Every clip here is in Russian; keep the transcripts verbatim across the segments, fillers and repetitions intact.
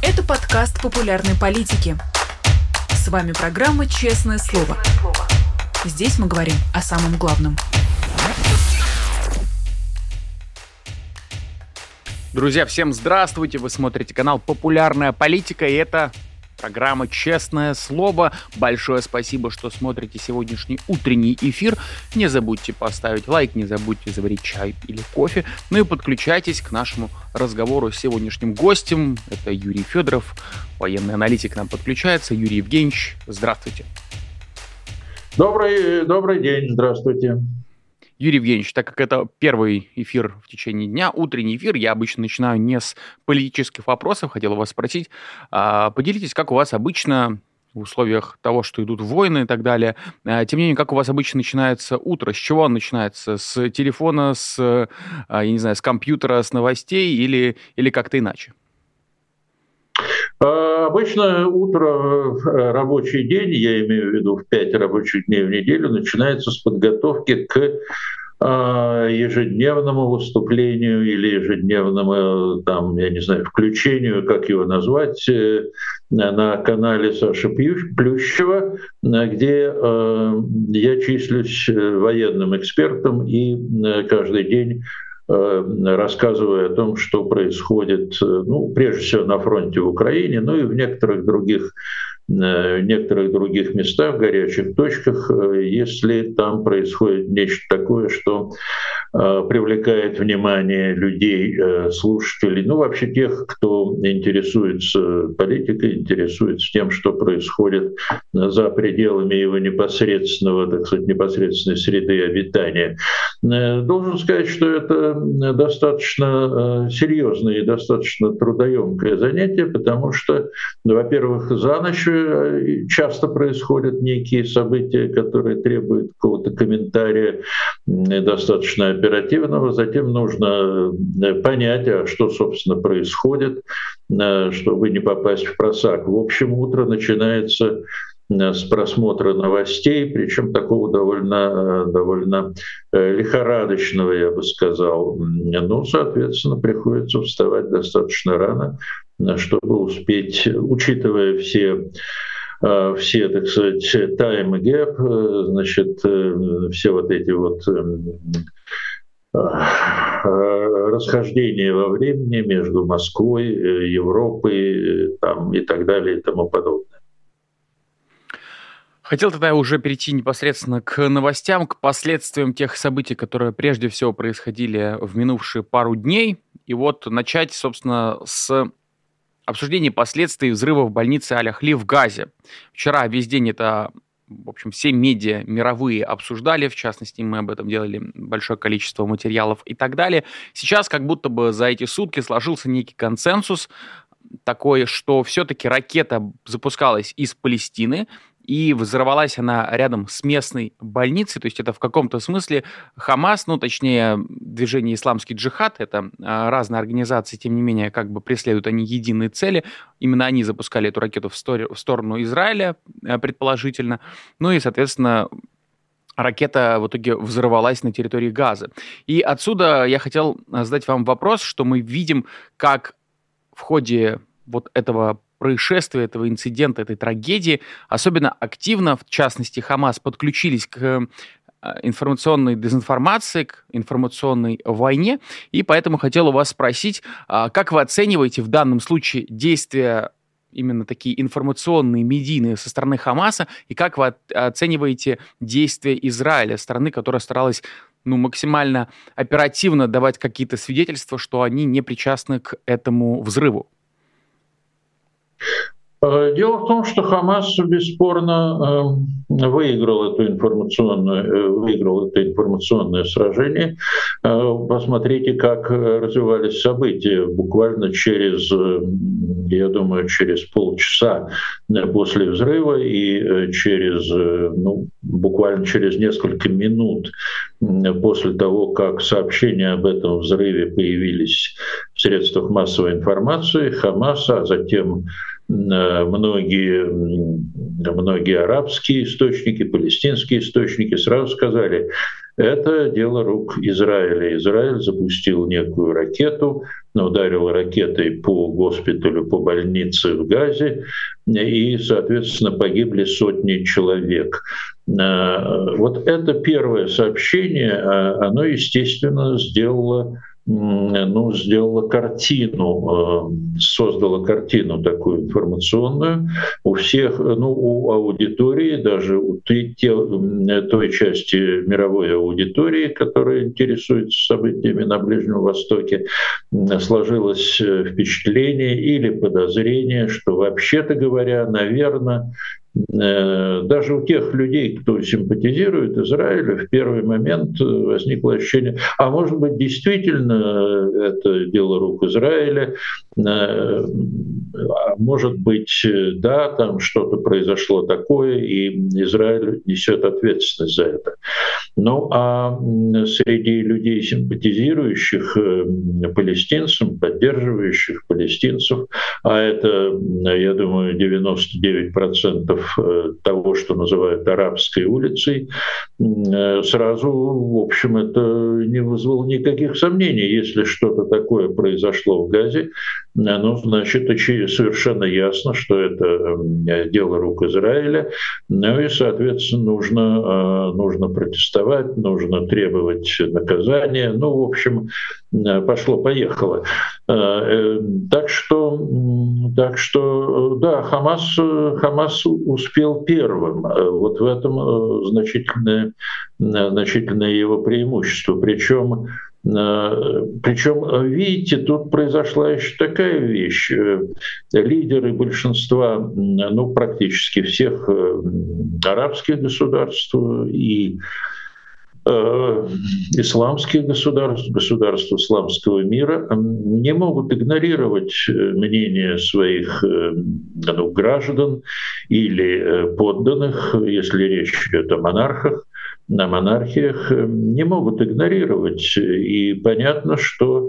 Это подкаст популярной политики. С вами программа «Честное слово». Здесь мы говорим о самом главном. Друзья, всем здравствуйте! Вы смотрите канал «Популярная политика», и это программа «Честное слово». Большое спасибо, что смотрите сегодняшний утренний эфир. Не забудьте поставить лайк, не забудьте заварить чай или кофе. Ну и подключайтесь к нашему разговору с сегодняшним гостем. Это Юрий Федоров, военный аналитик, к нам подключается. Юрий Евгеньевич, здравствуйте. Добрый, добрый день, здравствуйте. Юрий Евгеньевич, так как это первый эфир в течение дня, утренний эфир, я обычно начинаю не с политических вопросов, хотел вас спросить, а, поделитесь, как у вас обычно в условиях того, что идут войны и так далее, а, тем не менее, как у вас обычно начинается утро, с чего оно начинается, с телефона, с, а, я не знаю, с компьютера, с новостей или, или как-то иначе? Обычно утро, рабочий день, я имею в виду в пять рабочих дней в неделю, начинается с подготовки к ежедневному выступлению или ежедневному, там, я не знаю, включению, как его назвать, на канале Саши Плющева, где я числюсь военным экспертом и каждый день рассказывая о том, что происходит, ну, прежде всего на фронте в Украине, ну и в некоторых других, в некоторых других местах, горячих точках, если там происходит нечто такое, что привлекает внимание людей, слушателей, ну вообще тех, кто интересуется политикой, интересуется тем, что происходит за пределами его непосредственного, так сказать, непосредственной среды обитания. Должен сказать, что это достаточно серьезное и достаточно трудоемкое занятие, потому что, во-первых, за ночь часто происходят некие события, которые требуют какого-то комментария достаточно оперативного. Затем нужно понять, а что, собственно, происходит, чтобы не попасть в просак. В общем, утро начинается с просмотра новостей, причем такого довольно, довольно лихорадочного, я бы сказал. Ну, соответственно, приходится вставать достаточно рано, чтобы успеть, учитывая все все, так сказать, time gap, значит, все вот эти вот расхождения во времени между Москвой, Европой там, и так далее и тому подобное. Хотел тогда уже перейти непосредственно к новостям, к последствиям тех событий, которые прежде всего происходили в минувшие пару дней. И вот начать, собственно, с обсуждения последствий взрыва в больнице Аль-Ахли в Газе. Вчера весь день это, в общем, все медиа мировые обсуждали, в частности, мы об этом делали большое количество материалов и так далее. Сейчас как будто бы за эти сутки сложился некий консенсус такой, что все-таки ракета запускалась из Палестины, и взорвалась она рядом с местной больницей, то есть это в каком-то смысле Хамас, ну, точнее, движение «Исламский джихад», это разные организации, тем не менее, как бы преследуют они единые цели. Именно они запускали эту ракету в сторону Израиля, предположительно. Ну и, соответственно, ракета в итоге взорвалась на территории Газы. И отсюда я хотел задать вам вопрос, что мы видим, как в ходе вот этого происшествия, этого инцидента, этой трагедии, особенно активно, в частности, Хамас, подключились к информационной дезинформации, к информационной войне, и поэтому хотел у вас спросить, как вы оцениваете в данном случае действия именно такие информационные, медийные со стороны Хамаса, и как вы оцениваете действия Израиля, страны, которая старалась ну, максимально оперативно давать какие-то свидетельства, что они не причастны к этому взрыву? Дело в том, что Хамас бесспорно выиграл, эту информационную, выиграл это информационное сражение. Посмотрите, как развивались события. Буквально через, я думаю, через полчаса после взрыва и через, ну, буквально через несколько минут после того, как сообщения об этом взрыве появились в средствах массовой информации, Хамас, а затем многие, многие арабские источники, палестинские источники сразу сказали, это дело рук Израиля. Израиль запустил некую ракету, ударил ракетой по госпиталю, по больнице в Газе, и, соответственно, погибли сотни человек. Вот это первое сообщение, оно, естественно, сделало ну, сделала картину, создала картину такую информационную у всех, ну, у аудитории, даже у той, той части мировой аудитории, которая интересуется событиями на Ближнем Востоке, сложилось впечатление или подозрение, что, вообще-то говоря, наверное, даже у тех людей, кто симпатизирует Израилю, в первый момент возникло ощущение, а может быть, действительно это дело рук Израиля, а может быть, да, там что-то произошло такое, и Израиль несет ответственность за это. Ну а среди людей, симпатизирующих палестинцам, поддерживающих палестинцев, а это, я думаю, девяносто девять процентов того, что называют арабской улицей, сразу, в общем, это не вызвало никаких сомнений. Если что-то такое произошло в Газе, ну, значит, совершенно ясно, что это дело рук Израиля, ну и, соответственно, нужно, нужно протестовать, нужно требовать наказания. Ну, в общем, пошло-поехало. Так что, так что, да, Хамас, Хамас успел первым. Вот в этом значительное, значительное его преимущество. Причем Причем, видите, тут произошла еще такая вещь. Лидеры большинства, ну, практически всех арабских государств и э, исламских государств, государств исламского мира не могут игнорировать мнение своих ну, граждан или подданных, если речь идет о монархах, на монархиях, не могут игнорировать. И понятно, что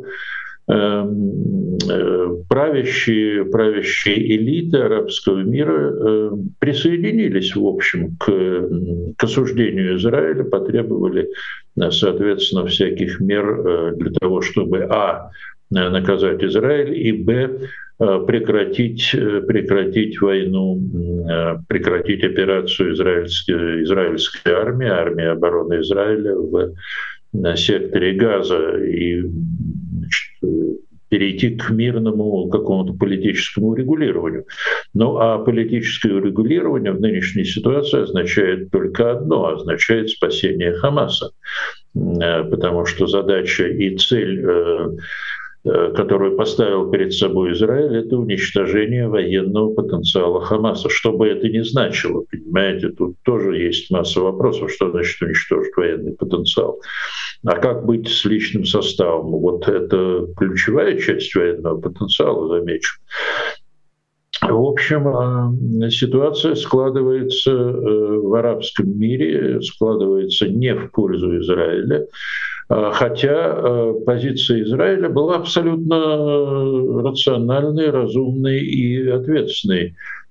правящие, правящие элиты арабского мира присоединились, в общем, к, к осуждению Израиля, потребовали, соответственно, всяких мер для того, чтобы а. наказать Израиль, и б. прекратить, прекратить войну, прекратить операцию израильской, израильской армии, армии обороны Израиля в секторе Газа и, значит, перейти к мирному какому-то политическому регулированию. Ну а политическое урегулирование в нынешней ситуации означает только одно, означает спасение Хамаса, потому что задача и цель, которую поставил перед собой Израиль, это уничтожение военного потенциала Хамаса. Что бы это ни значило, понимаете, тут тоже есть масса вопросов, что значит уничтожить военный потенциал. А как быть с личным составом? Вот это ключевая часть военного потенциала, замечу. В общем, ситуация складывается в арабском мире, складывается не в пользу Израиля, хотя позиция Израиля была абсолютно рациональной, разумной и ответственной.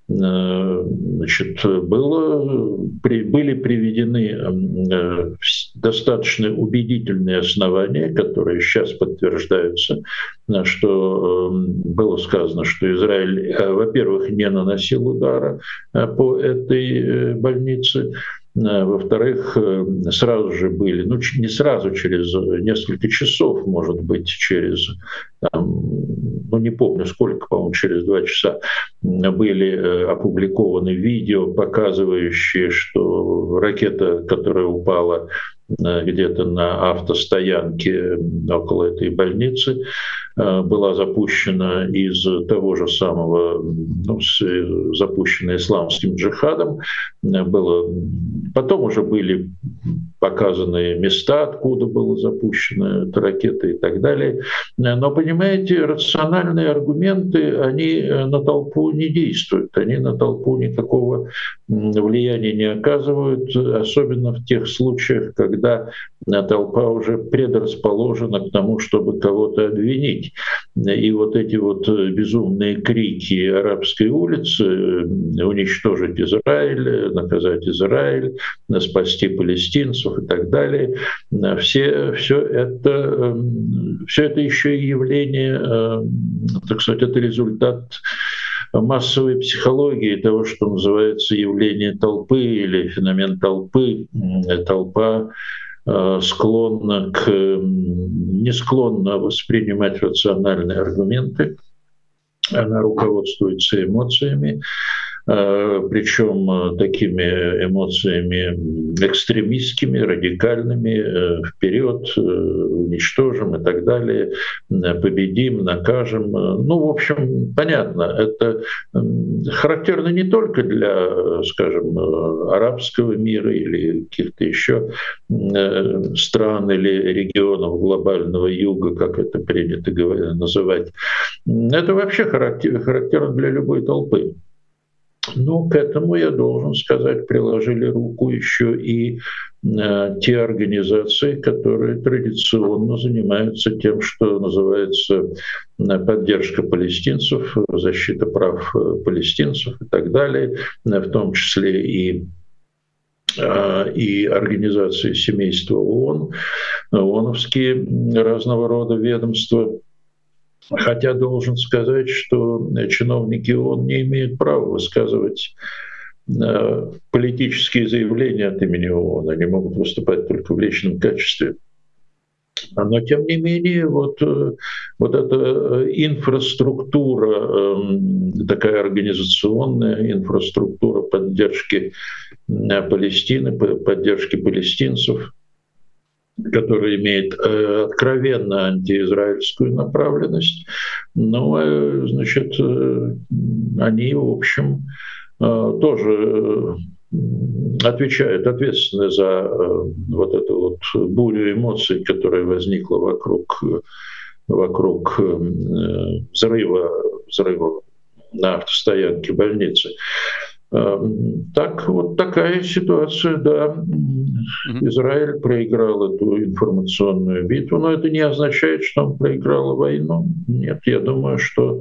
Значит, было, были приведены достаточно убедительные основания, которые сейчас подтверждаются, что было сказано, что Израиль, во-первых, не наносил удара по этой больнице, во-вторых, сразу же были, ну не сразу, через несколько часов, может быть, через, там, ну не помню сколько, по-моему, через два часа были опубликованы видео, показывающие, что ракета, которая упала где-то на автостоянке около этой больницы, была запущена из того же самого, ну, запущена исламским джихадом. Было... Потом уже были показаны места, откуда была запущена эта ракета и так далее. Но, понимаете, рациональные аргументы, они на толпу не действуют, они на толпу никакого влияния не оказывают, особенно в тех случаях, когда толпа уже предрасположена к тому, чтобы кого-то обвинить. И вот эти вот безумные крики арабской улицы: уничтожить Израиль, наказать Израиль, спасти палестинцев и так далее, все, все, это, все это еще и явление, так сказать, это результат массовой психологии, того, что называется явление толпы или феномен толпы. Толпа склонна к, не склонна воспринимать рациональные аргументы, она руководствуется эмоциями, причем такими эмоциями экстремистскими, радикальными: вперед, уничтожим и так далее, победим, накажем. Ну, в общем, понятно, это характерно не только для, скажем, арабского мира или каких-то еще стран или регионов глобального юга, как это принято называть. Это вообще характерно для любой толпы. Но к этому, я должен сказать, приложили руку еще и э, те организации, которые традиционно занимаются тем, что называется поддержка палестинцев, защита прав палестинцев и так далее, в том числе и и организации семейства ООН, ООНовские разного рода ведомства. Хотя должен сказать, что чиновники ООН не имеют права высказывать политические заявления от имени ООН, они могут выступать только в личном качестве. Но тем не менее, вот, вот эта инфраструктура, такая организационная инфраструктура поддержки Палестины, поддержки палестинцев, который имеет э, откровенно антиизраильскую направленность, но, значит, э, они, в общем, э, тоже отвечают, ответственны за э, вот эту вот бурю эмоций, которая возникла вокруг, вокруг э, взрыва, взрыва на автостоянке больницы. Так, вот такая ситуация, да. Израиль проиграл эту информационную битву, но это не означает, что он проиграл войну. Нет, я думаю, что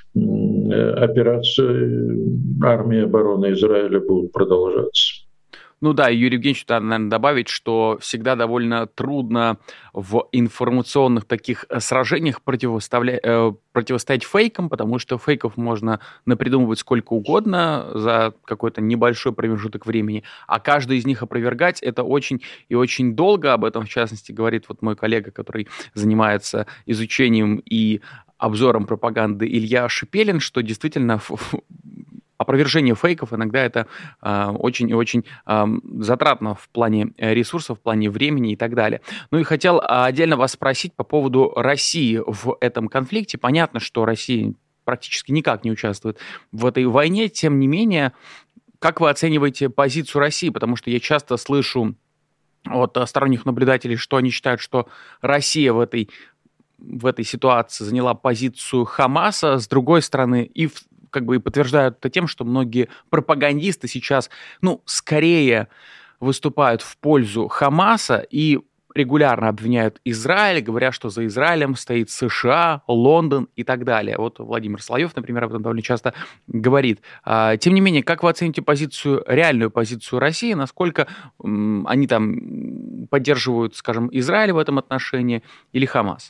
операции армии обороны Израиля будут продолжаться. Ну да, Юрий Евгеньевич, надо, наверное, добавить, что всегда довольно трудно в информационных таких сражениях противостоять, э, противостоять фейкам, потому что фейков можно напридумывать сколько угодно за какой-то небольшой промежуток времени, а каждый из них опровергать — это очень и очень долго. Об этом, в частности, говорит вот мой коллега, который занимается изучением и обзором пропаганды, Илья Шипелин, что действительно опровержение фейков иногда это э, очень и очень э, затратно в плане ресурсов, в плане времени и так далее. Ну и хотел отдельно вас спросить по поводу России в этом конфликте. Понятно, что Россия практически никак не участвует в этой войне. Тем не менее, как вы оцениваете позицию России? Потому что я часто слышу от сторонних наблюдателей, что они считают, что Россия в этой, в этой ситуации заняла позицию Хамаса. С другой стороны, и в как бы и подтверждают это тем, что многие пропагандисты сейчас, ну, скорее выступают в пользу Хамаса и регулярно обвиняют Израиль, говоря, что за Израилем стоит США, Лондон и так далее. Вот Владимир Соловьев, например, об этом довольно часто говорит. Тем не менее, как вы оцените позицию, реальную позицию России, насколько они там поддерживают, скажем, Израиль в этом отношении или Хамас?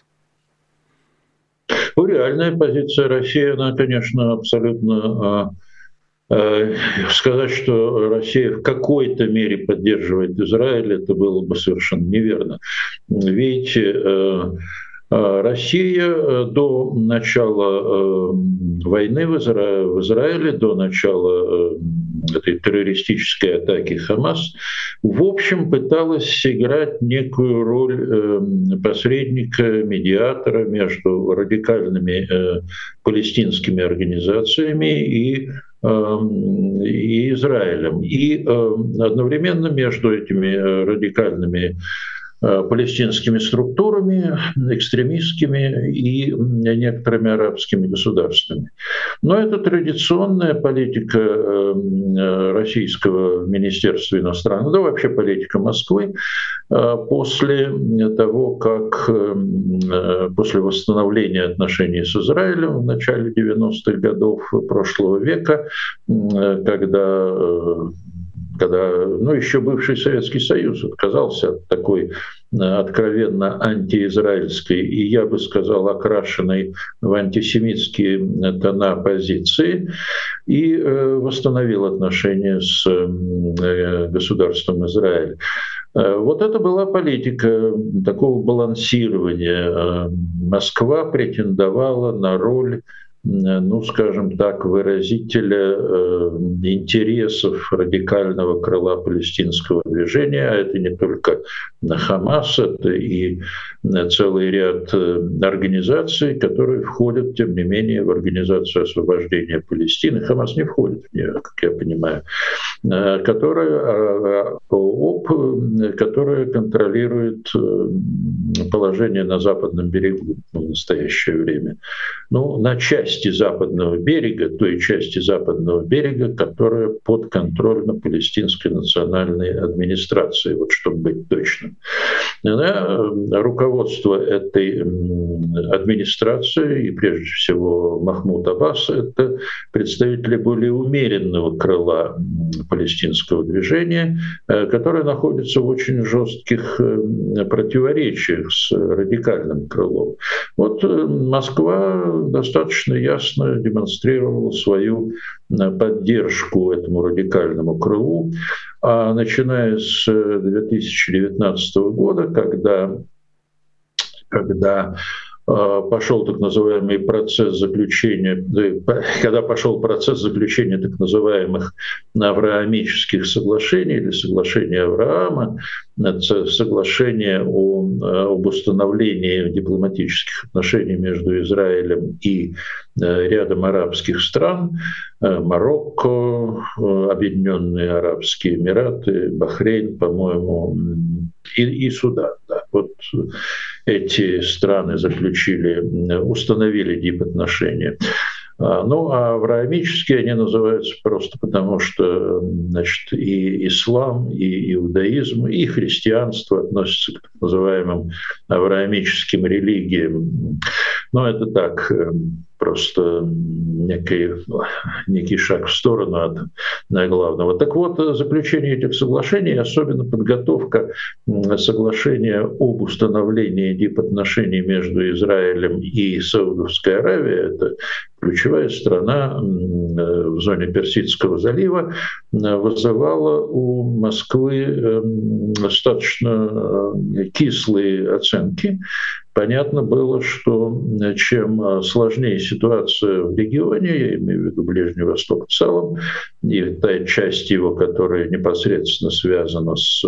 Ну, реальная позиция России, она, конечно, абсолютно... Э, э, сказать, что Россия в какой-то мере поддерживает Израиль, это было бы совершенно неверно. Видите, э, Россия до начала войны в Израиле, в Израиле, до начала этой террористической атаки Хамас, в общем, пыталась сыграть некую роль посредника, медиатора между радикальными палестинскими организациями и и Израилем. И одновременно между этими радикальными палестинскими структурами, экстремистскими и некоторыми арабскими государствами. Но это традиционная политика российского Министерства иностранных дел, да вообще политика Москвы после того, как после восстановления отношений с Израилем в начале девяностых годов прошлого века, когда когда ну, еще бывший Советский Союз отказался от такой откровенно антиизраильской и, я бы сказал, окрашенной в антисемитские тона позиции и восстановил отношения с государством Израиль. Вот это была политика такого балансирования. Москва претендовала на роль, ну, скажем так, выразителя э, интересов радикального крыла палестинского движения, а это не только Хамас, это и целый ряд организаций, которые входят, тем не менее, в Организацию освобождения Палестины. Хамас не входит в нее, как я понимаю, которая, ООП, которая контролирует положение на Западном берегу в настоящее время. Ну, на часть части западного берега, той части западного берега, которая подконтрольна палестинской национальной администрации, вот чтобы быть точным. Да, руководство этой администрации, и прежде всего Махмуд Аббас, это представители более умеренного крыла палестинского движения, которое находится в очень жестких противоречиях с радикальным крылом. Вот Москва достаточно ясно демонстрировала свою поддержку этому радикальному крылу, а начиная с две тысячи девятнадцатого года, когда, когда пошел так называемый процесс заключения, когда пошел процесс заключения так называемых авраамических соглашений или соглашения Авраама, соглашение о, об установлении дипломатических отношений между Израилем и рядом арабских стран, Марокко, Объединенные Арабские Эмираты, Бахрейн, по-моему, и, и Судан. Да. Вот эти страны заключили, установили дипотношения. Ну, а авраамические они называются просто потому, что, значит, и ислам, и иудаизм, и христианство относятся к так называемым авраамическим религиям. Но это так, просто некий, некий шаг в сторону от главного. Так вот, заключение этих соглашений, особенно подготовка соглашения об установлении дипотношений между Израилем и Саудовской Аравией, это ключевая страна в зоне Персидского залива, вызывала у Москвы достаточно кислые оценки. Понятно было, что чем сложнее ситуация в регионе, я имею в виду Ближний Восток в целом, и та часть его, которая непосредственно связана с,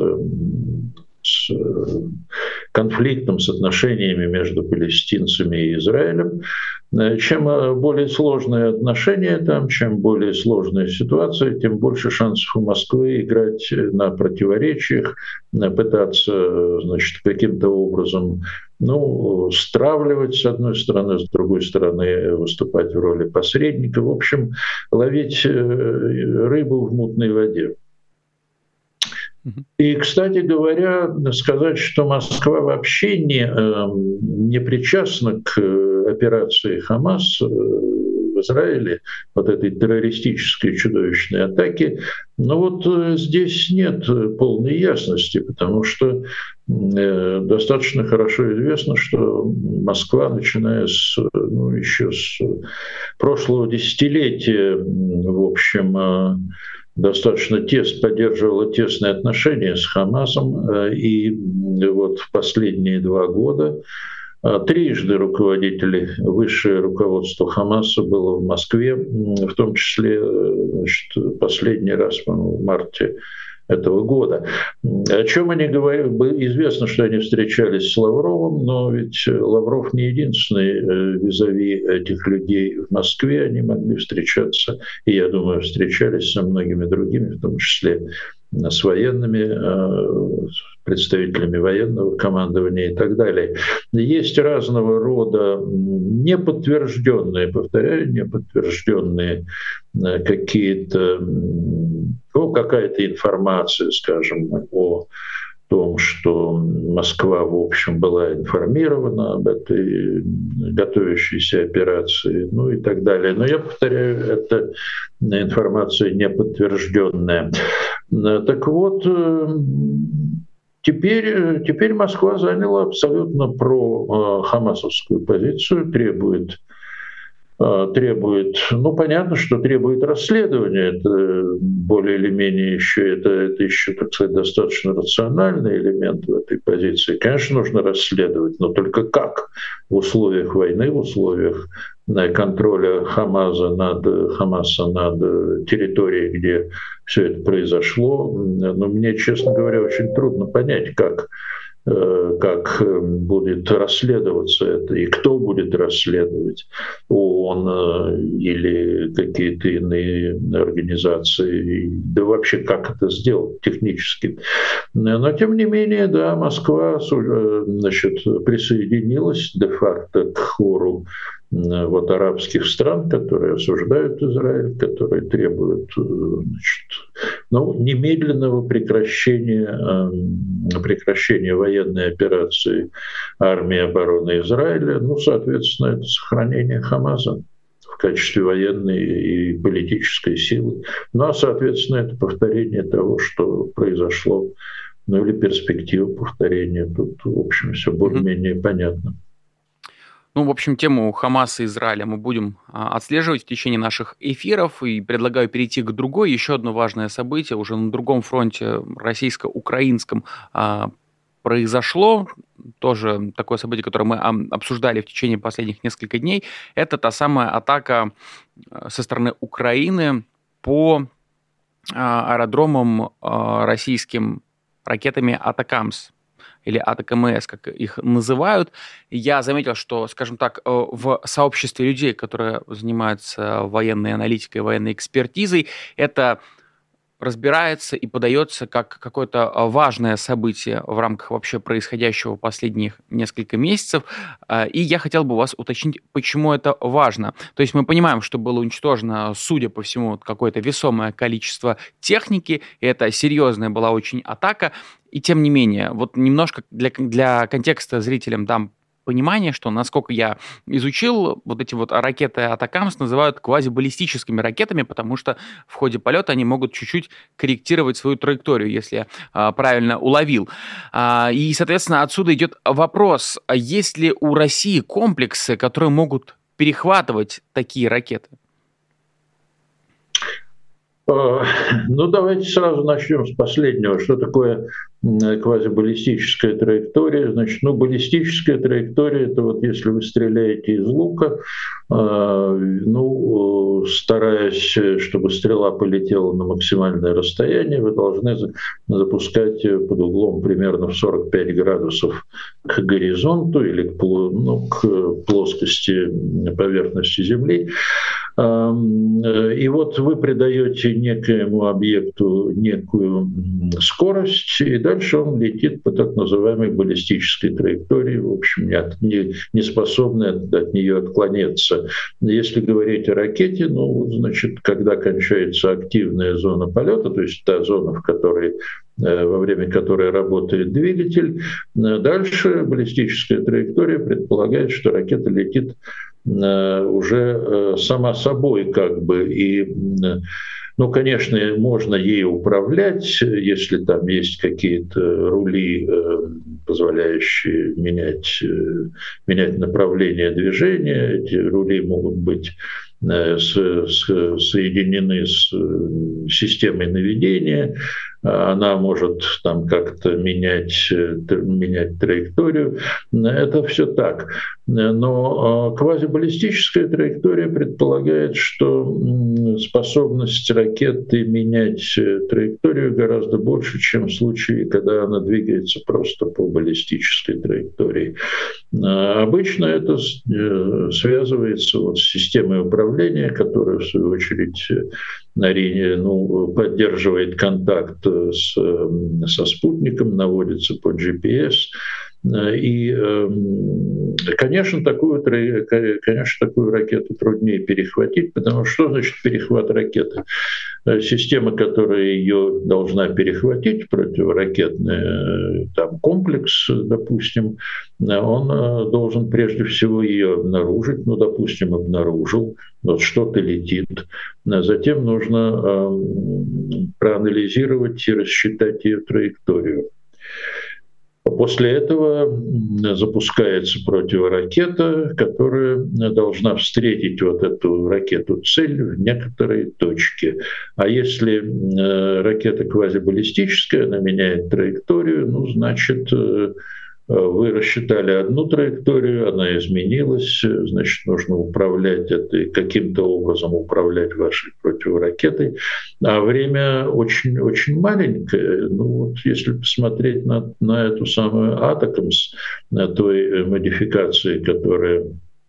с конфликтом, с отношениями между палестинцами и Израилем, чем более сложные отношения там, чем более сложная ситуация, тем больше шансов у Москвы играть на противоречиях, пытаться, значит, каким-то образом, ну, стравливать с одной стороны, с другой стороны выступать в роли посредника. В общем, ловить рыбу в мутной воде. И, кстати говоря, сказать, что Москва вообще не, не причастна к операции Хамас в Израиле, вот этой террористической чудовищной атаке, но вот здесь нет полной ясности, потому что достаточно хорошо известно, что Москва, начиная с, ну, еще с прошлого десятилетия, в общем, достаточно тесно поддерживала тесные отношения с Хамасом, и вот в последние два года трижды руководители, высшее руководство Хамаса было в Москве, в том числе, значит, последний раз, по-моему, в марте этого года. О чем они говорили? Известно, что они встречались с Лавровым, но ведь Лавров не единственный визави этих людей в Москве. Они могли встречаться, и, я думаю, встречались со многими другими, в том числе с военными, представителями военного командования и так далее. Есть разного рода неподтвержденные, повторяю, неподтвержденные какие-то, ну, какая-то информация, скажем, о том, что Москва, в общем, была информирована об этой готовящейся операции, ну и так далее. Но я повторяю, это информация неподтвержденная. Так вот, теперь, теперь Москва заняла абсолютно про-хамасовскую позицию, требует требует, ну, понятно, что требует расследования, это более или менее еще, это, это еще, так сказать, достаточно рациональный элемент в этой позиции. Конечно, нужно расследовать, но только как? В условиях войны, в условиях контроля Хамаса над, Хамаса над территорией, где все это произошло. Но мне, честно говоря, очень трудно понять, как как будет расследоваться это и кто будет расследовать, ООН или какие-то иные организации, да вообще как это сделать технически. Но тем не менее, да, Москва, значит, присоединилась де-факто к хору вот арабских стран, которые осуждают Израиль, которые требуют, значит, ну, немедленного прекращения, прекращения военной операции армии обороны Израиля, ну, соответственно, это сохранение Хамаса в качестве военной и политической силы. Ну, а, соответственно, это повторение того, что произошло, ну, или перспектива повторения. Тут, в общем, все более-менее mm-hmm. понятно. Ну, в общем, тему Хамаса и Израиля мы будем а, отслеживать в течение наших эфиров, и предлагаю перейти к другой. Еще одно важное событие уже на другом фронте, российско-украинском, а, произошло. Тоже такое событие, которое мы а, обсуждали в течение последних нескольких дней. Это та самая атака со стороны Украины по а, аэродромам а, российским ракетами «Атакамс». Или АТАКМС, как их называют. Я заметил, что, скажем так, в сообществе людей, которые занимаются военной аналитикой, военной экспертизой, это разбирается и подается как какое-то важное событие в рамках вообще происходящего последних несколько месяцев. И я хотел бы у вас уточнить, почему это важно. То есть мы понимаем, что было уничтожено, судя по всему, какое-то весомое количество техники, и это серьезная была очень атака. И тем не менее, вот немножко для, для контекста зрителям дам понимание, что, насколько я изучил, вот эти вот ракеты «Атакамс» называют квазибаллистическими ракетами, потому что в ходе полета они могут чуть-чуть корректировать свою траекторию, если я а, правильно уловил. А, и, соответственно, отсюда идет вопрос, есть ли у России комплексы, которые могут перехватывать такие ракеты? Ну, давайте сразу начнем с последнего. Что такое квазибаллистическая траектория? Значит, ну, баллистическая траектория — это вот если вы стреляете из лука, ну, стараясь, чтобы стрела полетела на максимальное расстояние, вы должны запускать под углом примерно в сорок пять градусов к горизонту или к, ну, к плоскости поверхности Земли. И вот вы придаете некоему объекту некую скорость, и дальше он летит по так называемой баллистической траектории, в общем, не, от, не, не способный от, от нее отклоняться. Если говорить о ракете, ну, значит, когда кончается активная зона полета, то есть та зона, в которой во время которой работает двигатель, дальше баллистическая траектория предполагает, что ракета летит уже сама собой, как бы, и, ну, конечно, можно ей управлять, если там есть какие-то рули, позволяющие менять, менять направление движения. Эти рули могут быть с, с, соединены с системой наведения, она может там как-то менять, менять траекторию. Это все так. Но квазибаллистическая траектория предполагает, что способность ракеты менять траекторию гораздо больше, чем в случае, когда она двигается просто по баллистической траектории. Обычно это связывается вот с системой управления, которая, в свою очередь, ну, поддерживает контакт с, со спутником, наводится по джи пи эс. И, конечно, такую, конечно, такую ракету труднее перехватить, потому что что значит перехват ракеты? Система, которая ее должна перехватить, противоракетный там, комплекс, допустим, он должен прежде всего ее обнаружить, ну, допустим, обнаружил, вот что-то летит. Затем нужно проанализировать и рассчитать ее траекторию. После этого запускается противоракета, которая должна встретить вот эту ракету-цель в некоторой точке. А если ракета квазибаллистическая, она меняет траекторию, ну, значит, вы рассчитали одну траекторию, она изменилась, значит, нужно управлять этой, каким-то образом управлять вашей противоракетой. А время очень, очень маленькое. Ну вот если посмотреть на, на эту самую Атакамс, на той модификации, которая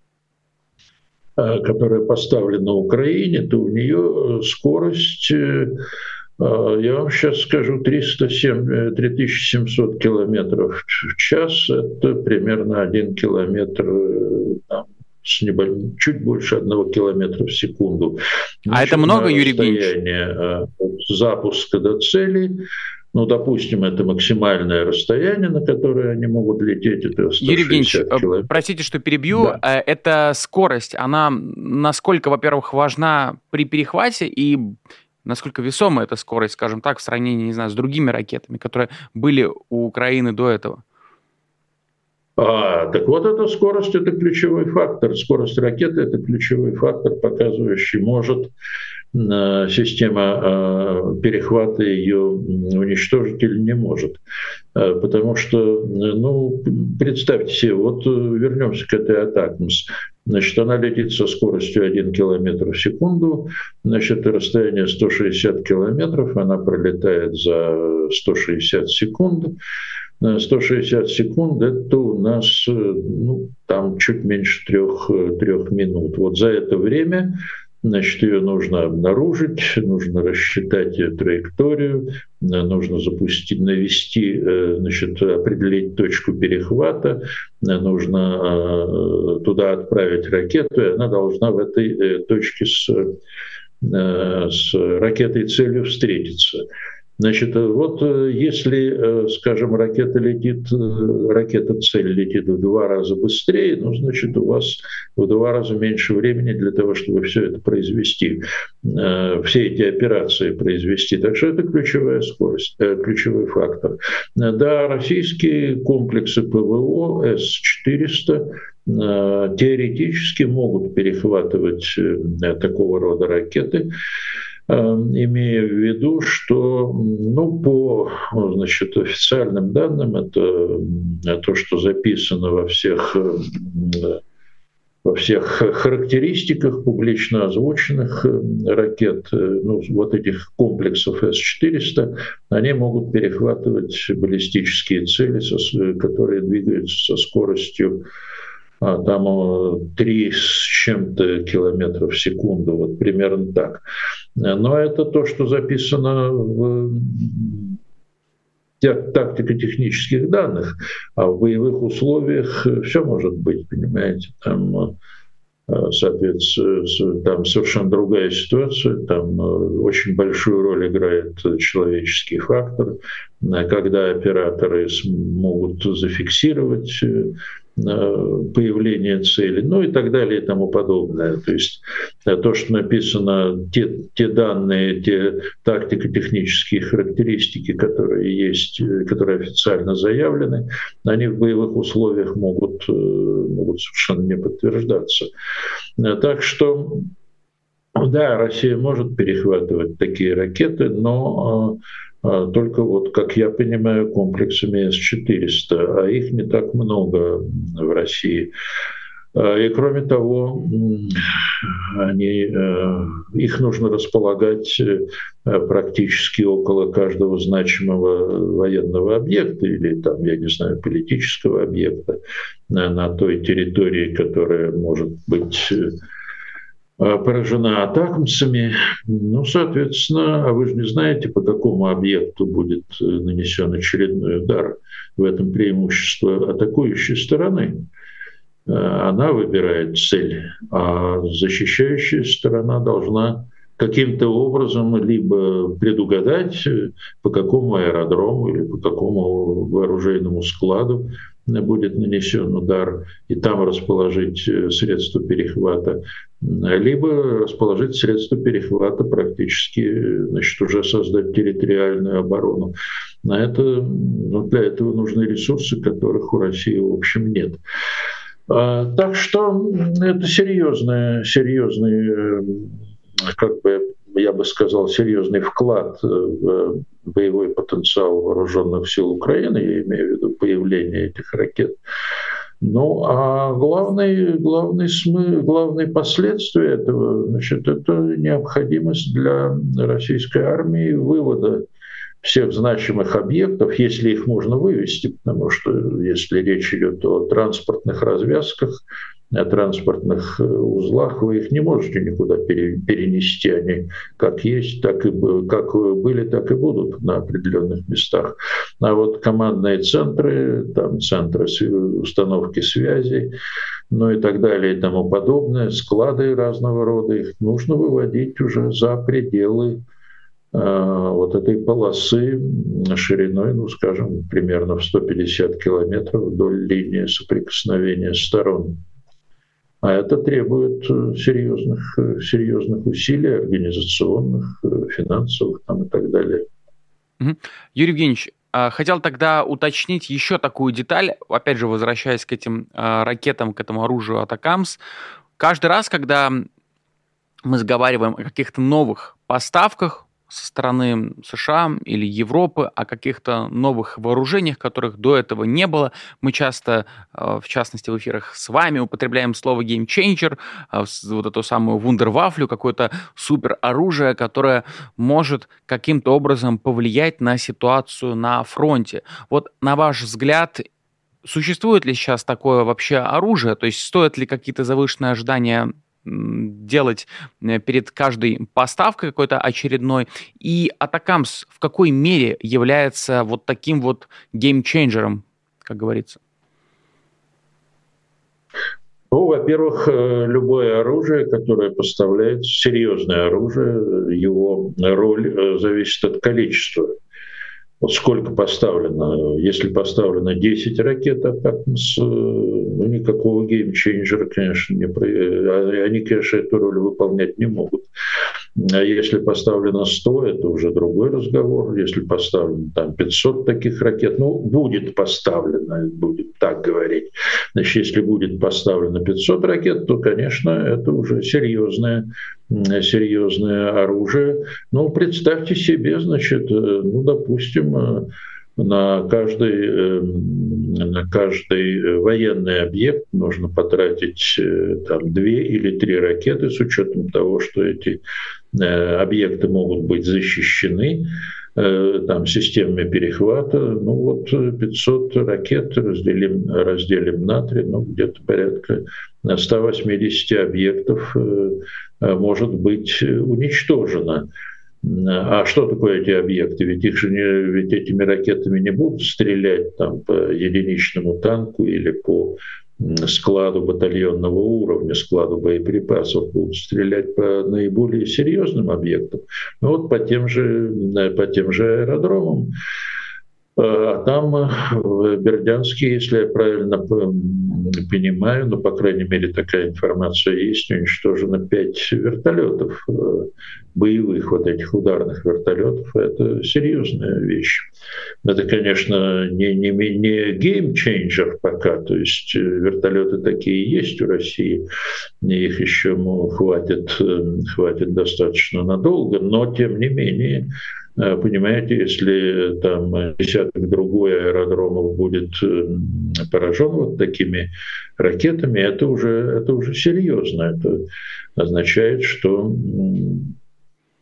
которая поставлена на Украине, то у нее скорость, я вам сейчас скажу, триста семь, три тысячи семьсот километров в час, это примерно один километр, там, с небольш... чуть больше одного километра в секунду. А ну, это много, Юрий Евгеньевич? Запуска до цели. Ну, допустим, это максимальное расстояние, на которое они могут лететь. Это Юрий Евгеньевич, километров. Простите, что перебью. Да. Эта скорость, она насколько, во-первых, важна при перехвате и насколько весома эта скорость, скажем так, в сравнении, не знаю, с другими ракетами, которые были у Украины до этого? А, так вот, эта скорость – это ключевой фактор. Скорость ракеты – это ключевой фактор, показывающий, может э, система э, перехвата ее уничтожить или не может. Э, потому что, ну, представьте себе, вот вернемся к этой Атакамс. Значит, она летит со скоростью один километр в секунду, значит, расстояние сто шестьдесят километров, она пролетает за сто шестьдесят секунд. сто шестьдесят секунд – это у нас, ну, там чуть меньше трех, трех минут. Вот за это время, значит, ее нужно обнаружить, нужно рассчитать ее траекторию, нужно запустить, навести, значит, определить точку перехвата, нужно туда отправить ракету, и она должна в этой точке с, с ракетой-целью встретиться. Значит, вот если, скажем, ракета летит, ракета-цель летит в два раза быстрее, ну, значит, у вас в два раза меньше времени для того, чтобы все это произвести, все эти операции произвести. Так что это ключевая скорость, ключевой фактор. Да, российские комплексы ПВО С четыреста теоретически могут перехватывать такого рода ракеты, имея в виду, что, ну, по, значит, официальным данным, это то, что записано во всех, во всех характеристиках публично озвученных ракет, ну, вот этих комплексов С четыреста, они могут перехватывать баллистические цели, которые двигаются со скоростью там три с чем-то километров в секунду, вот примерно так. Но это то, что записано в тактико-технических данных, а в боевых условиях все может быть, понимаете, там, соответственно, там совершенно другая ситуация, там очень большую роль играет человеческий фактор, когда операторы смогут зафиксировать появление цели, ну и так далее и тому подобное. То есть то, что написано, те, те данные, те тактико-технические характеристики, которые есть, которые официально заявлены, они в боевых условиях могут, могут совершенно не подтверждаться. Так что, да, Россия может перехватывать такие ракеты, но только вот, как я понимаю, комплексами С четыреста, а их не так много в России. И кроме того, они, их нужно располагать практически около каждого значимого военного объекта или, там, я не знаю, политического объекта на той территории, которая может быть поражена атакамсами. Ну, соответственно, а вы же не знаете, по какому объекту будет нанесен очередной удар. В этом преимущество атакующей стороны. Она выбирает цель, а защищающая сторона должна каким-то образом либо предугадать, по какому аэродрому или по какому вооруженному складу будет нанесен удар, и там расположить средства перехвата, либо расположить средства перехвата практически, значит, уже создать территориальную оборону. На это, ну, для этого нужны ресурсы, которых у России, в общем, нет. Так что это серьезный, серьезный, как бы я бы сказал, серьезный вклад в боевой потенциал вооруженных сил Украины, я имею в виду появление этих ракет. Ну, а главный, главный смысл, главные последствия этого, значит, это необходимость для российской армии вывода всех значимых объектов, если их можно вывести, потому что если речь идет о транспортных развязках, о транспортных узлах, вы их не можете никуда перенести, они как есть, так и как были, так и будут на определенных местах. А вот командные центры, там центры установки связи, ну и так далее и тому подобное, склады разного рода, их нужно выводить уже за пределы вот этой полосы шириной, ну, скажем, примерно в сто пятьдесят километров вдоль линии соприкосновения сторон. А это требует серьезных, серьезных усилий, организационных, финансовых там, и так далее. Юрий Евгеньевич, хотел тогда уточнить еще такую деталь, опять же, возвращаясь к этим ракетам, к этому оружию Атакамс. Каждый раз, когда мы разговариваем о каких-то новых поставках со стороны США или Европы, о каких-то новых вооружениях, которых до этого не было. Мы часто, в частности, в эфирах с вами употребляем слово «game changer», вот эту самую вундервафлю, какое-то супероружие, которое может каким-то образом повлиять на ситуацию на фронте. Вот на ваш взгляд, существует ли сейчас такое вообще оружие? То есть стоит ли какие-то завышенные ожидания делать перед каждой поставкой какой-то очередной, и Атакамс в какой мере является вот таким вот геймчейнджером, как говорится? Ну, во-первых, любое оружие, которое поставляется, серьезное оружие, его роль зависит от количества. Вот сколько поставлено. Если поставлено десять ракет Атакамс, ну, никакого геймчейнджера, конечно, не про... они, конечно, эту роль выполнять не могут. А если поставлено сто, это уже другой разговор. Если поставлено там пятьсот таких ракет, ну, будет поставлено, будет так говорить. Значит, если будет поставлено пятьсот ракет, то, конечно, это уже серьезное, серьезное оружие. Ну, представьте себе, значит, ну, допустим, на каждый, на каждый военный объект нужно потратить там, две или три ракеты, с учетом того, что эти объекты могут быть защищены там, системами перехвата. Ну вот пятьсот ракет разделим, разделим на три, ну где-то порядка сто восемьдесят объектов может быть уничтожено. А что такое эти объекты? Ведь, их же не, ведь этими ракетами не будут стрелять там, по единичному танку или по складу батальонного уровня, складу боеприпасов, будут стрелять по наиболее серьезным объектам. Ну, вот по тем же, по тем же аэродромам. А там в Бердянске, если я правильно понимаю, ну, по крайней мере, такая информация есть, уничтожено пять вертолетов, боевых вот этих ударных вертолетов. Это серьезная вещь. Это, конечно, не, не, не геймчейнджер пока, то есть вертолеты такие есть у России, их еще ну, хватит, хватит достаточно надолго, но тем не менее, понимаете, если там десяток другой аэродромов будет поражен вот такими ракетами, это уже, это уже серьезно. Это означает, что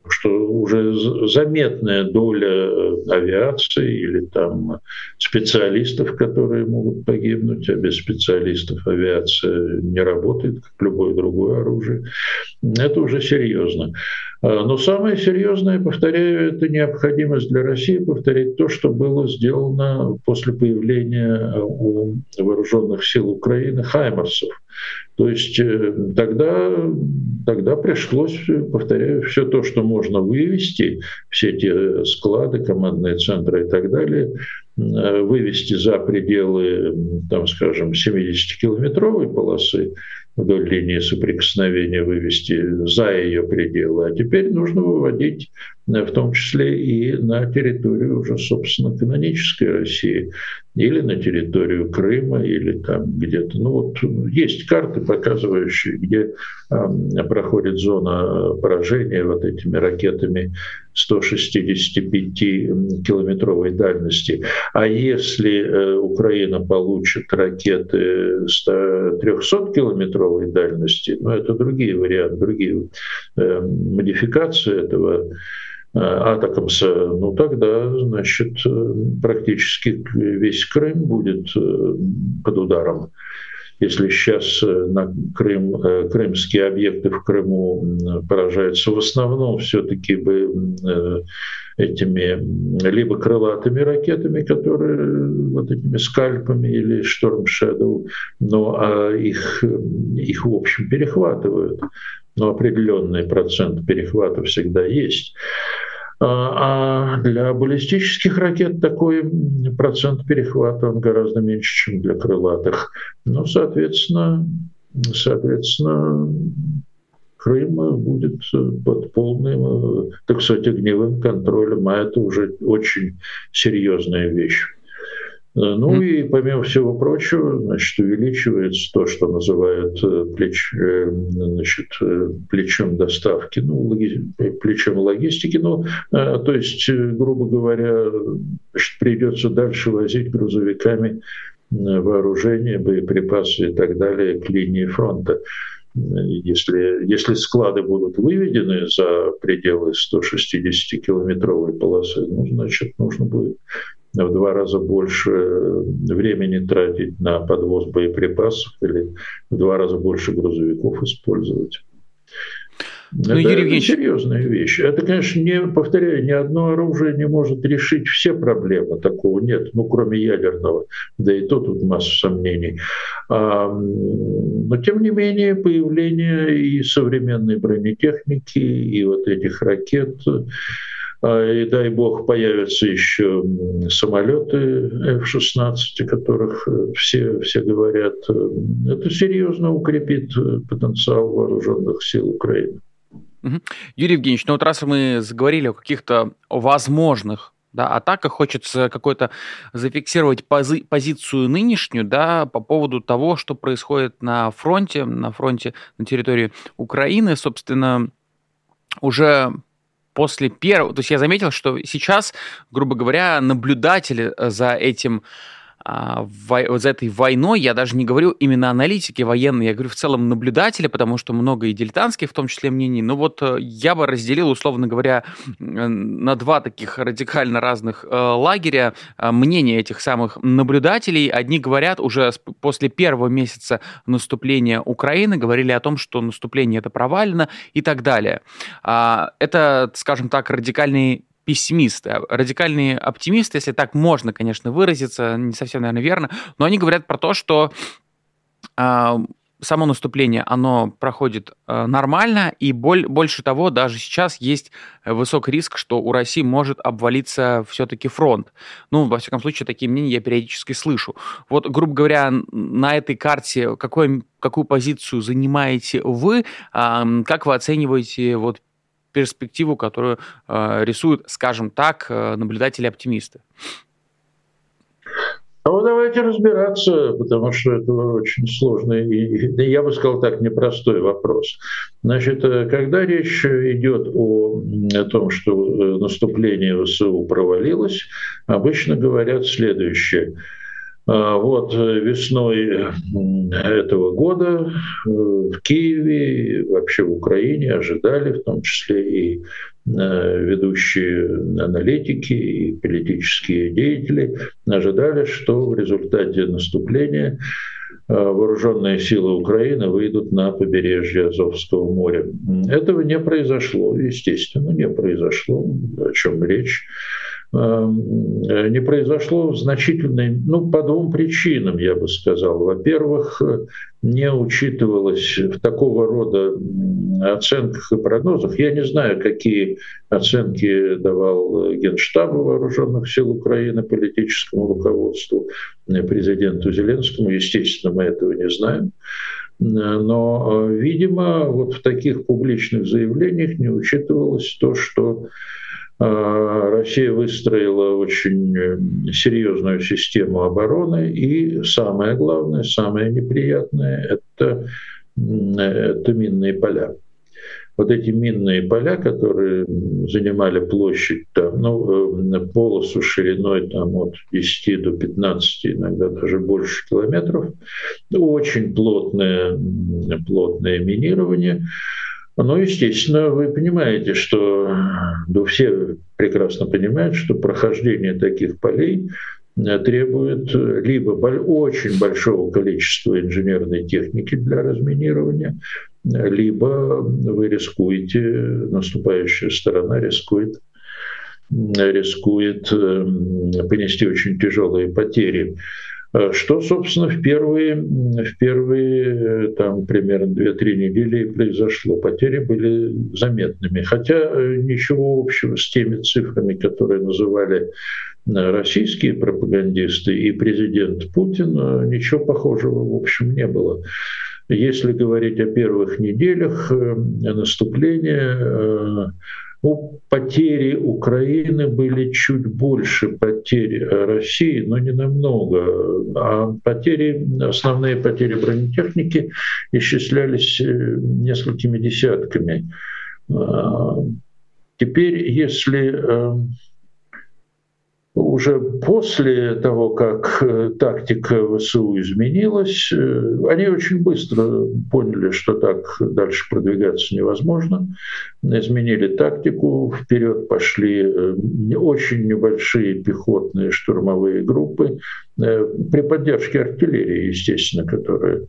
что уже заметная доля авиации или там специалистов, которые могут погибнуть, а без специалистов авиация не работает, как любое другое оружие. Это уже серьезно. Но самое серьезное, повторяю, это необходимость для России повторить то, что было сделано после появления у вооруженных сил Украины хаймарсов. То есть тогда, тогда пришлось, повторяю, все то, что можно вывести, все те склады, командные центры и так далее, вывести за пределы, там, скажем, семидесятикилометровой полосы, вдоль линии соприкосновения вывести за ее пределы. А теперь нужно выводить в том числе и на территорию уже, собственно, канонической России, или на территорию Крыма, или там где-то. Ну вот есть карты, показывающие, где э, проходит зона поражения вот этими ракетами сто шестьдесят пять километровой дальности. А если э, Украина получит ракеты триста километровой дальности, ну это другие варианты, другие э, модификации этого атакамса, ну тогда, значит, практически весь Крым будет под ударом. Если сейчас на Крым, крымские объекты в Крыму поражаются в основном все-таки бы этими либо крылатыми ракетами, которые вот этими скальпами или Storm Shadow, но а их, их в общем перехватывают. Но определенный процент перехвата всегда есть. А для баллистических ракет такой процент перехвата он гораздо меньше, чем для крылатых. Ну, соответственно, соответственно, Крым будет под полным, так сказать, огневым контролем, а это уже очень серьезная вещь. Ну и помимо всего прочего, значит, увеличивается то, что называют плеч, значит, плечом доставки, ну, логи, плечом логистики. Ну, то есть, грубо говоря, значит, придется дальше возить грузовиками вооружение, боеприпасы и так далее к линии фронта. Если, если склады будут выведены за пределы сто шестидесятикилометровой полосы, ну, значит, нужно будет в два раза больше времени тратить на подвоз боеприпасов или в два раза больше грузовиков использовать. Ну, это, Юрий Евгеньевич... это серьезная вещь. Это, конечно, не, повторяю, ни одно оружие не может решить все проблемы, такого нет, ну, кроме ядерного, да и то тут масса сомнений. А, но, тем не менее, появление и современной бронетехники, и вот этих ракет, и, дай бог, появятся еще самолеты эф шестнадцать, о которых все, все говорят. Это серьезно укрепит потенциал вооруженных сил Украины. Юрий Евгеньевич, ну вот раз мы заговорили о каких-то возможных, да, атаках, хочется какой-то зафиксировать пози- позицию нынешнюю, да, по поводу того, что происходит на фронте, на фронте на территории Украины, собственно, уже после первого, то есть я заметил, что сейчас, грубо говоря, наблюдатели за этим, за этой войной, я даже не говорю именно аналитики военные, я говорю в целом наблюдатели, потому что много и дилетантских, в том числе, мнений. Но вот я бы разделил, условно говоря, на два таких радикально разных лагеря мнения этих самых наблюдателей. Одни говорят, уже после первого месяца наступления Украины, говорили о том, что наступление это провалено и так далее. Это, скажем так, радикальные пессимисты, радикальные оптимисты, если так можно, конечно, выразиться, не совсем, наверное, верно, но они говорят про то, что э, само наступление, оно проходит э, нормально, и боль, больше того, даже сейчас есть высокий риск, что у России может обвалиться все-таки фронт. Ну, во всяком случае, такие мнения я периодически слышу. Вот, грубо говоря, на этой карте какой, какую позицию занимаете вы, э, как вы оцениваете вот перспективу, которую э, рисуют, скажем так, э, наблюдатели-оптимисты? Ну, давайте разбираться, потому что это очень сложный и, я бы сказал так, непростой вопрос. Значит, когда речь идет о, о том, что наступление ВСУ провалилось, обычно говорят следующее. Вот весной этого года в Киеве и вообще в Украине ожидали, в том числе и ведущие аналитики и политические деятели, ожидали, что в результате наступления вооруженные силы Украины выйдут на побережье Азовского моря. Этого не произошло, естественно, не произошло, о чем речь. Не произошло в значительной, ну, по двум причинам, я бы сказал. Во-первых, не учитывалось в такого рода оценках и прогнозах. Я не знаю, какие оценки давал Генштаб Вооруженных сил Украины политическому руководству, президенту Зеленскому. Естественно, мы этого не знаем. Но, видимо, вот в таких публичных заявлениях не учитывалось то, что Россия выстроила очень серьезную систему обороны, и самое главное, самое неприятное — это, это минные поля. Вот эти минные поля, которые занимали площадь, там, ну, полосу шириной там, от десяти до пятнадцати, иногда даже больше километров, очень плотное, плотное минирование. Ну, естественно, вы понимаете, что, да, все прекрасно понимают, что прохождение таких полей требует либо очень большого количества инженерной техники для разминирования, либо вы рискуете, наступающая сторона рискует, рискует понести очень тяжелые потери. Что, собственно, в первые, в первые там, примерно две-три недели произошло. Потери были заметными. Хотя ничего общего с теми цифрами, которые называли российские пропагандисты и президент Путин, ничего похожего, в общем, не было. Если говорить о первых неделях наступления, ну, потери Украины были чуть больше потерь России, но не намного. А потери, основные потери бронетехники исчислялись несколькими десятками. Теперь, если уже после того, как тактика ВСУ изменилась, они очень быстро поняли, что так дальше продвигаться невозможно. Изменили тактику, вперед пошли очень небольшие пехотные штурмовые группы при поддержке артиллерии, естественно, которая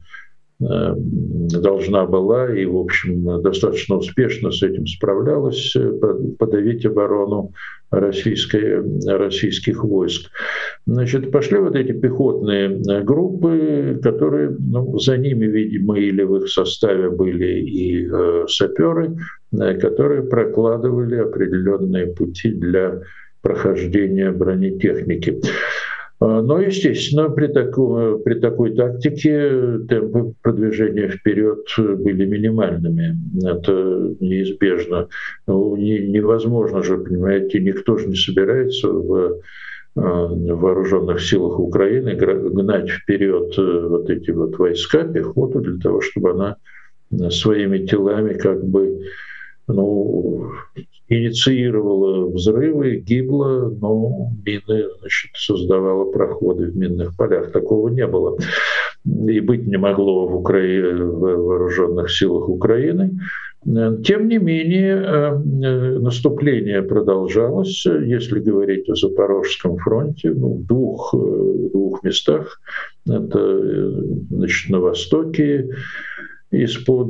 должна была и, в общем, достаточно успешно с этим справлялась, подавить оборону российской, российских войск. Значит, пошли вот эти пехотные группы, которые, ну, за ними, видимо, или в их составе были и э, саперы, э, которые прокладывали определенные пути для прохождения бронетехники. Но, естественно, при, таком, при такой тактике темпы продвижения вперед были минимальными. Это неизбежно. Ну, не, невозможно же, понимаете, никто же не собирается в, в вооруженных силах Украины гнать вперед вот эти вот войска, пехоту, для того, чтобы она своими телами как бы, ну, инициировала взрывы, гибла, но мины, значит, создавала проходы в минных полях. Такого не было и быть не могло в, Украине, в вооруженных силах Украины. Тем не менее, наступление продолжалось, если говорить о Запорожском фронте, ну, в двух, в двух местах. Это, значит, на востоке, из-под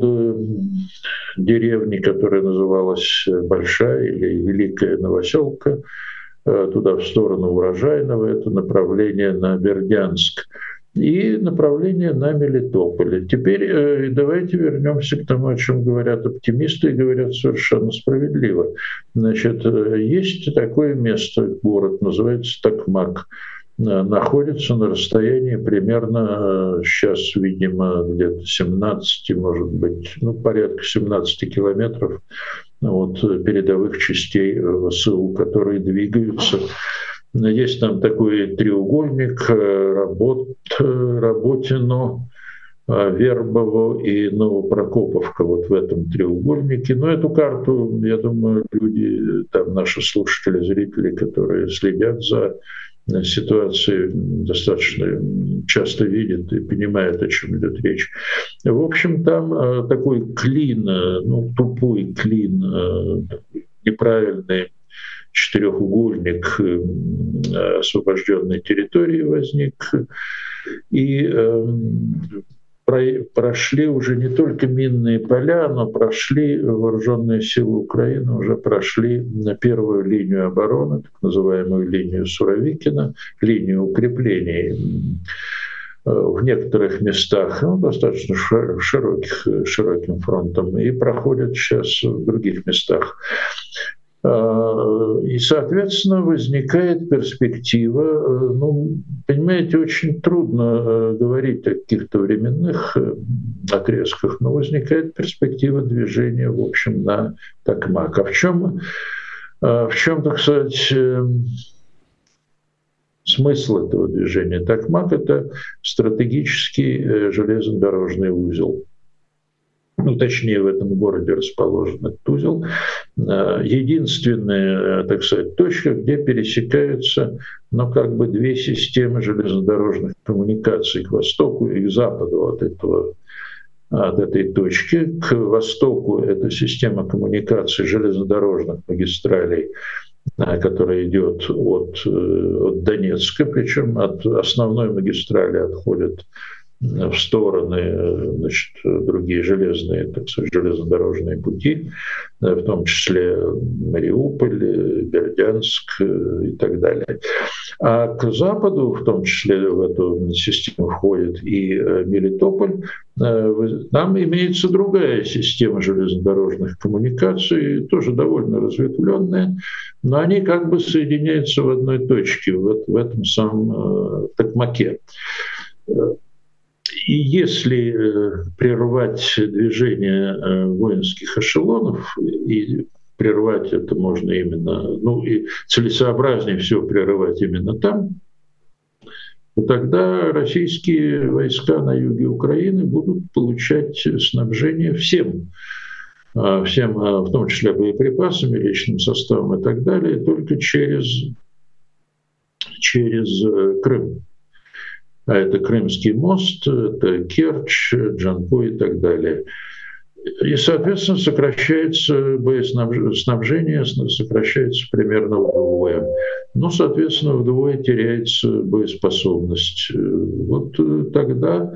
деревни, которая называлась Большая или Великая Новоселка, туда в сторону Урожайного, это направление на Бердянск, и направление на Мелитополь. Теперь давайте вернемся к тому, о чем говорят оптимисты, и говорят совершенно справедливо. Значит, есть такое место, город, называется Токмак, находится на расстоянии примерно, сейчас, видимо, где-то семнадцать, может быть, ну, порядка семнадцати километров от передовых частей ВСУ, которые двигаются. Есть там такой треугольник Работ, Работино, Вербово и Новопрокоповка, вот в этом треугольнике. Но эту карту, я думаю, люди, там наши слушатели, зрители, которые следят за ситуации достаточно часто видит и понимает, о чем идет речь. В общем, там такой клин, ну, тупой клин, неправильный четырехугольник освобожденной территории возник. И прошли уже не только минные поля, но прошли вооруженные силы Украины, уже прошли на первую линию обороны, так называемую линию Суровикина, линию укреплений в некоторых местах, ну, достаточно широких, широким фронтом, и проходят сейчас в других местах. И, соответственно, возникает перспектива, ну, понимаете, очень трудно говорить о каких-то временных отрезках, но возникает перспектива движения, в общем, на Токмак. А в чем, в чем, так сказать, смысл этого движения? Токмак — это стратегический железнодорожный узел. Ну, точнее, в этом городе расположен этот узел. Единственная, так сказать, точка, где пересекаются, ну, как бы две системы железнодорожных коммуникаций к востоку и к западу от этого, от этой точки. К востоку это система коммуникаций железнодорожных магистралей, которая идет от, от Донецка, причем от основной магистрали отходят в стороны, значит, другие железные, так сказать, железнодорожные пути, в том числе Мариуполь, Бердянск и так далее. А к западу, в том числе в эту систему входит и Мелитополь, там имеется другая система железнодорожных коммуникаций, тоже довольно разветвленная, но они как бы соединяются в одной точке, в, в этом самом Токмаке. И если прервать движение воинских эшелонов, и прервать это можно именно, ну и целесообразнее всего прерывать именно там, то тогда российские войска на юге Украины будут получать снабжение всем, всем, в том числе боеприпасами, личным составом и так далее, только через, через Крым. А это Крымский мост, это Керчь, Джанкой и так далее. И, соответственно, сокращается боеснабжение, сокращается примерно вдвое. Ну, соответственно, вдвое теряется боеспособность. Вот тогда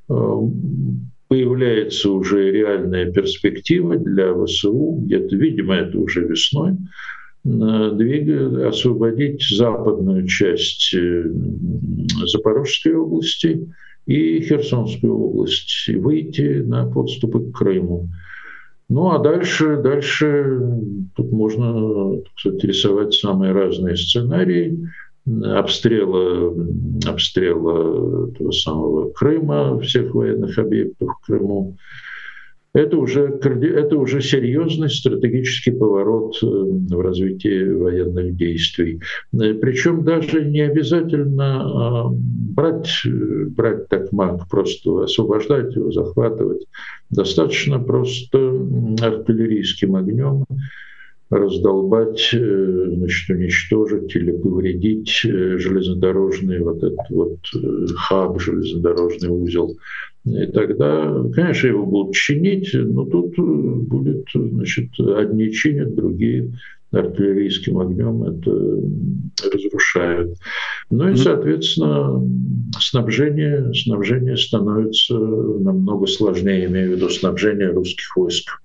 появляется уже реальная перспектива для ВСУ, где-то, видимо, это уже весной, двигать, освободить западную часть Запорожской области и Херсонскую область, и выйти на подступы к Крыму. Ну а дальше, дальше тут можно, так сказать, рисовать самые разные сценарии обстрела, обстрела этого самого Крыма, всех военных объектов в Крыму. Это уже, это уже серьезный стратегический поворот в развитии военных действий. Причем даже не обязательно брать, брать Токмак, просто освобождать его, захватывать. Достаточно просто артиллерийским огнем раздолбать, значит, уничтожить или повредить железнодорожный вот этот вот хаб, железнодорожный узел. И тогда, конечно, его будут чинить, но тут будет, значит, одни чинят, другие артиллерийским огнем это разрушают. Ну и, соответственно, снабжение, снабжение становится намного сложнее, имею в виду снабжение русских войск.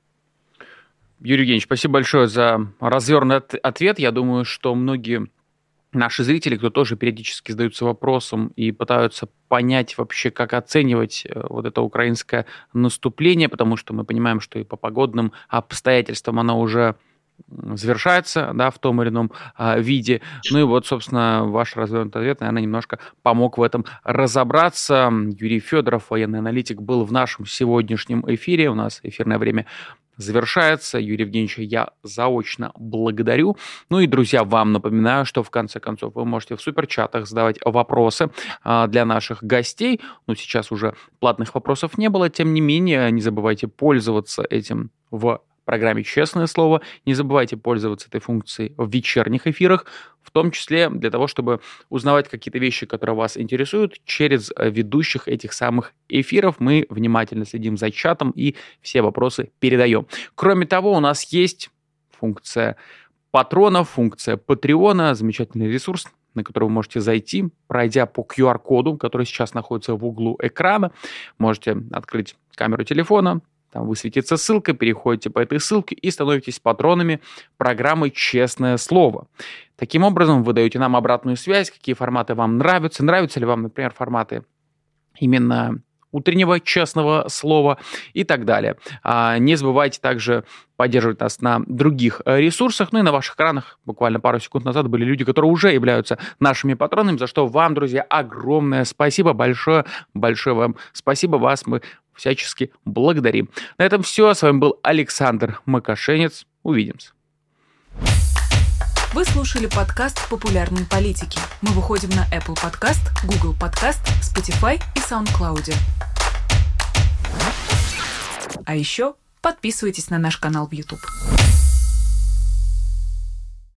Юрий Евгеньевич, спасибо большое за развернутый ответ. Я думаю, что многие наши зрители, кто тоже периодически задаются вопросом и пытаются понять вообще, как оценивать вот это украинское наступление, потому что мы понимаем, что и по погодным обстоятельствам оно уже завершается, да, в том или ином а, виде. Ну и вот, собственно, ваш развернутый ответ, наверное, немножко помог в этом разобраться. Юрий Федоров, военный аналитик, был в нашем сегодняшнем эфире. У нас эфирное время завершается. Юрия Евгеньевича я заочно благодарю. Ну и, друзья, вам напоминаю, что в конце концов вы можете в суперчатах задавать вопросы а, для наших гостей. Ну, сейчас уже платных вопросов не было. Тем не менее, не забывайте пользоваться этим в программе «Честное слово». Не забывайте пользоваться этой функцией в вечерних эфирах, в том числе для того, чтобы узнавать какие-то вещи, которые вас интересуют, через ведущих этих самых эфиров. Мы внимательно следим за чатом и все вопросы передаем. Кроме того, у нас есть функция патронов, функция Патреона, замечательный ресурс, на который вы можете зайти, пройдя по ку ар-коду, который сейчас находится в углу экрана. Можете открыть камеру телефона, там высветится ссылка, переходите по этой ссылке и становитесь патронами программы «Честное слово». Таким образом, вы даете нам обратную связь, какие форматы вам нравятся. Нравятся ли вам, например, форматы именно утреннего честного слова и так далее. А не забывайте также поддерживать нас на других ресурсах. Ну и на ваших экранах буквально пару секунд назад были люди, которые уже являются нашими патронами, за что вам, друзья, огромное спасибо, большое, большое вам спасибо, вас мы всячески благодарим. На этом все. С вами был Александр Макашенец. Увидимся. Вы слушали подкаст «Популярные политики». Мы выходим на Apple Podcast, Google Podcast, Spotify и SoundCloud. А еще подписывайтесь на наш канал в YouTube.